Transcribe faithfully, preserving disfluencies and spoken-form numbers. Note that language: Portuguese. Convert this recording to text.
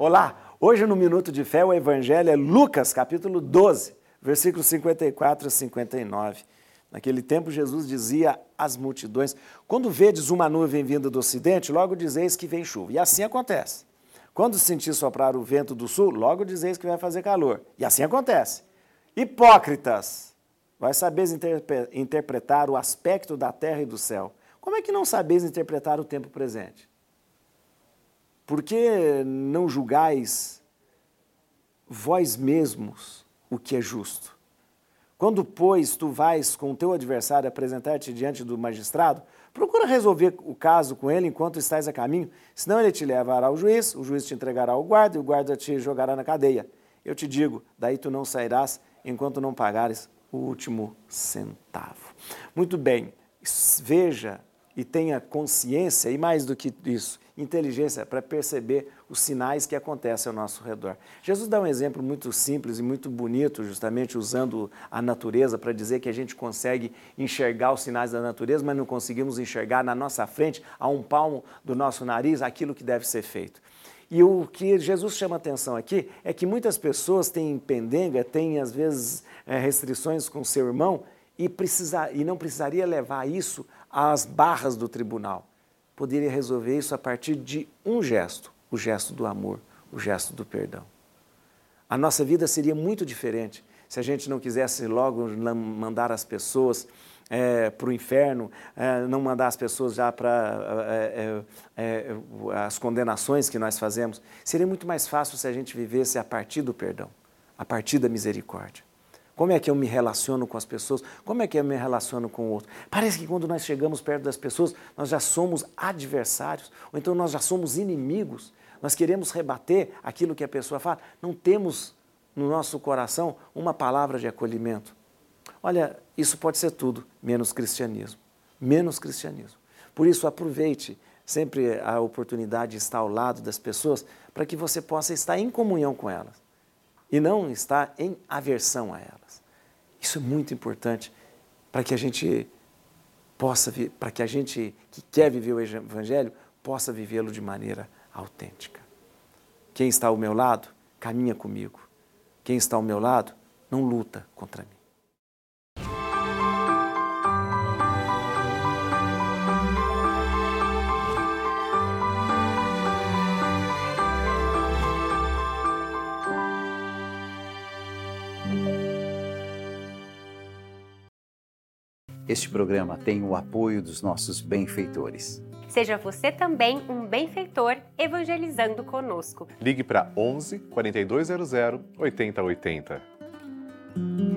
Olá, hoje no Minuto de Fé o Evangelho é Lucas, capítulo doze, versículos cinquenta e quatro a cinquenta e nove. Naquele tempo Jesus dizia às multidões, quando vedes uma nuvem vinda do ocidente, logo dizeis que vem chuva. E assim acontece. Quando sentir soprar o vento do sul, logo dizeis que vai fazer calor. E assim acontece. Hipócritas, vós sabeis interpre- interpretar o aspecto da terra e do céu. Como é que não sabeis interpretar o tempo presente? Por que não julgais vós mesmos o que é justo? Quando, pois, tu vais com o teu adversário apresentar-te diante do magistrado, procura resolver o caso com ele enquanto estás a caminho, senão ele te levará ao juiz, o juiz te entregará ao guarda e o guarda te jogará na cadeia. Eu te digo, daí tu não sairás enquanto não pagares o último centavo. Muito bem, veja e tenha consciência, e mais do que isso, inteligência para perceber os sinais que acontecem ao nosso redor. Jesus dá um exemplo muito simples e muito bonito, justamente usando a natureza para dizer que a gente consegue enxergar os sinais da natureza, mas não conseguimos enxergar na nossa frente, a um palmo do nosso nariz, aquilo que deve ser feito. E o que Jesus chama atenção aqui é que muitas pessoas têm pendenga, têm às vezes restrições com seu irmão e, precisa, e não precisaria levar isso às barras do tribunal. Poderia resolver isso a partir de um gesto, o gesto do amor, o gesto do perdão. A nossa vida seria muito diferente se a gente não quisesse logo mandar as pessoas é, para o inferno, é, não mandar as pessoas já para é, é, as condenações que nós fazemos. Seria muito mais fácil se a gente vivesse a partir do perdão, a partir da misericórdia. Como é que eu me relaciono com as pessoas? Como é que eu me relaciono com o outro? Parece que quando nós chegamos perto das pessoas, nós já somos adversários, ou então nós já somos inimigos. Nós queremos rebater aquilo que a pessoa fala. Não temos no nosso coração uma palavra de acolhimento. Olha, isso pode ser tudo, menos cristianismo. Menos cristianismo. Por isso, aproveite sempre a oportunidade de estar ao lado das pessoas para que você possa estar em comunhão com elas. E não estar em aversão a elas. Isso é muito importante para que a gente possa, para que a gente que quer viver o Evangelho possa vivê-lo de maneira autêntica. Quem está ao meu lado, caminha comigo. Quem está ao meu lado, não luta contra mim. Este programa tem o apoio dos nossos benfeitores. Seja você também um benfeitor evangelizando conosco. Ligue para onze, quarenta e dois zero zero, oitenta oitenta.